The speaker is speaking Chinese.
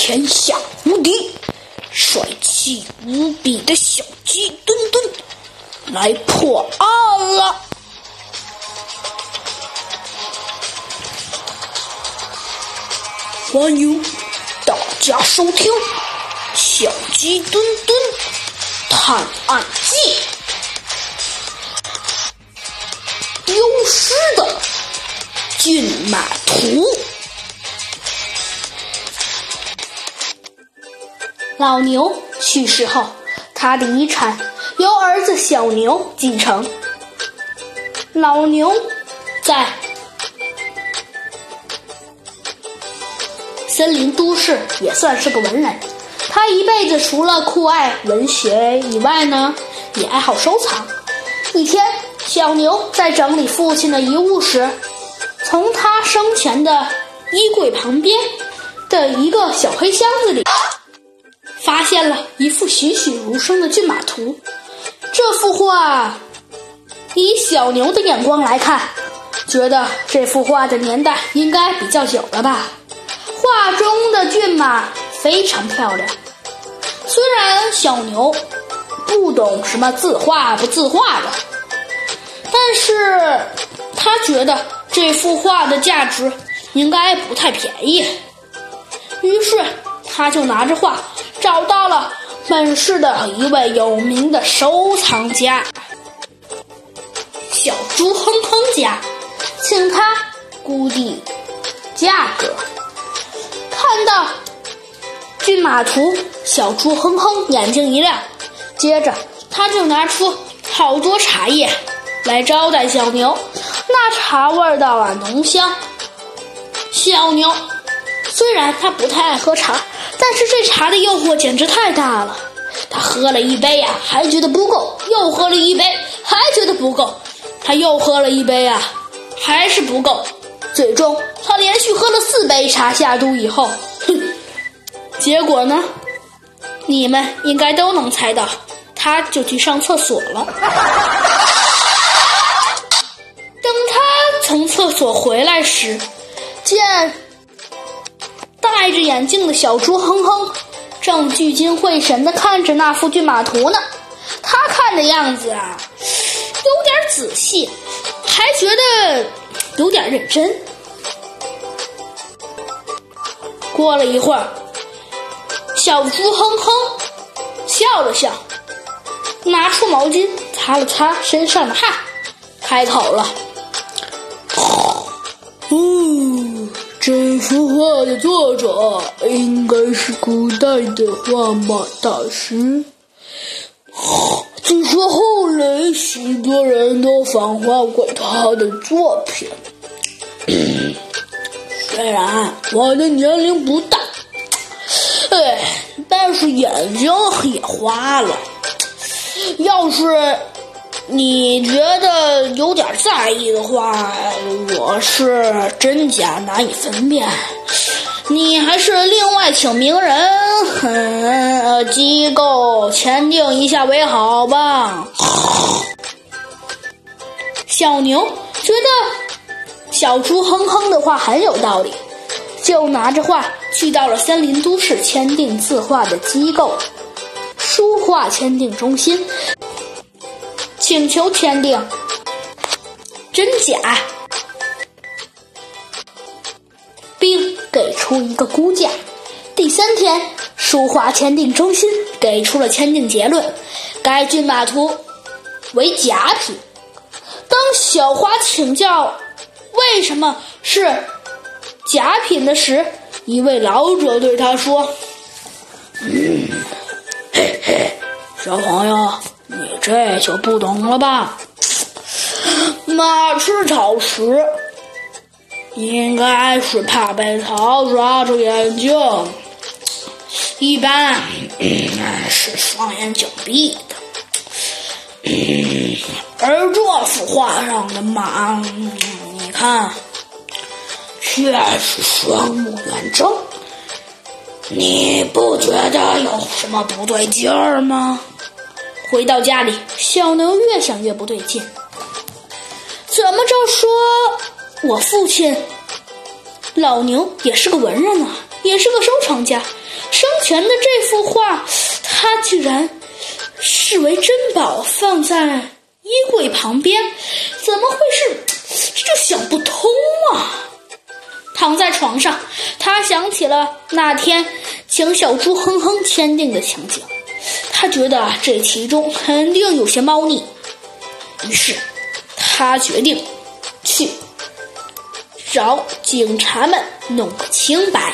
天下无敌，帅气无比的小鸡墩墩来破案了。欢迎大家收听小鸡墩墩探案记，丢失的骏马图。老牛去世后，他的遗产由儿子小牛继承。老牛在森林都市也算是个文人，他一辈子除了酷爱文学以外呢，也爱好收藏。一天，小牛在整理父亲的遗物时，从他生前的衣柜旁边的一个小黑箱子里发现了一幅栩栩如生的骏马图。这幅画以小牛的眼光来看，觉得这幅画的年代应该比较久了吧。画中的骏马非常漂亮，虽然小牛不懂什么字画不字画的，但是他觉得这幅画的价值应该不太便宜，于是他就拿着画找到了本市的一位有名的收藏家小猪哼哼家，请他估计价格。看到骏马图，小猪哼哼眼睛一亮，接着他就拿出好多茶叶来招待小牛，那茶味道啊浓香。小牛虽然他不太爱喝茶，但是这茶的诱惑简直太大了。他喝了一杯啊，还觉得不够，又喝了一杯，还觉得不够，他又喝了一杯啊，还是不够。最终他连续喝了4杯茶下肚以后，结果呢，你们应该都能猜到，他就去上厕所了。等他从厕所回来时，见戴着眼镜的小猪哼哼正聚精会神地看着那幅骏马图呢。他看的样子啊，有点仔细，还觉得有点认真。过了一会儿，小猪哼哼笑了笑，拿出毛巾擦了擦身上的汗，开口了：这幅画的作者应该是古代的画马大师，据说后来许多人都仿画过他的作品。虽然我的年龄不大，但是眼睛也花了。要是你觉得有点在意的话，我是真假难以分辨，你还是另外请名人机构签订一下为好吧。小牛觉得小猪哼哼的话很有道理，就拿着画去到了森林都市签订字画的机构书画签订中心，请求签订真假，并给出一个估价。第3天，书画签订中心给出了签订结论，该骏马图为假品。当小花请教为什么是假品的时，一位老者对他说：小朋友，你这就不懂了吧？马吃草时应该是怕被草抓住眼睛，一般是双眼紧闭的。而这幅画上的马，你看，却是双目圆睁，你不觉得有什么不对劲儿吗？回到家里，小牛越想越不对劲。怎么着说，我父亲老牛也是个文人啊， 也是个收藏家，生前的这幅画他居然视为珍宝放在衣柜旁边，怎么会是？这就想不通啊！躺在床上，他想起了那天请小猪哼哼签订的情景，他觉得这其中肯定有些猫腻，于是他决定去找警察们弄个清白。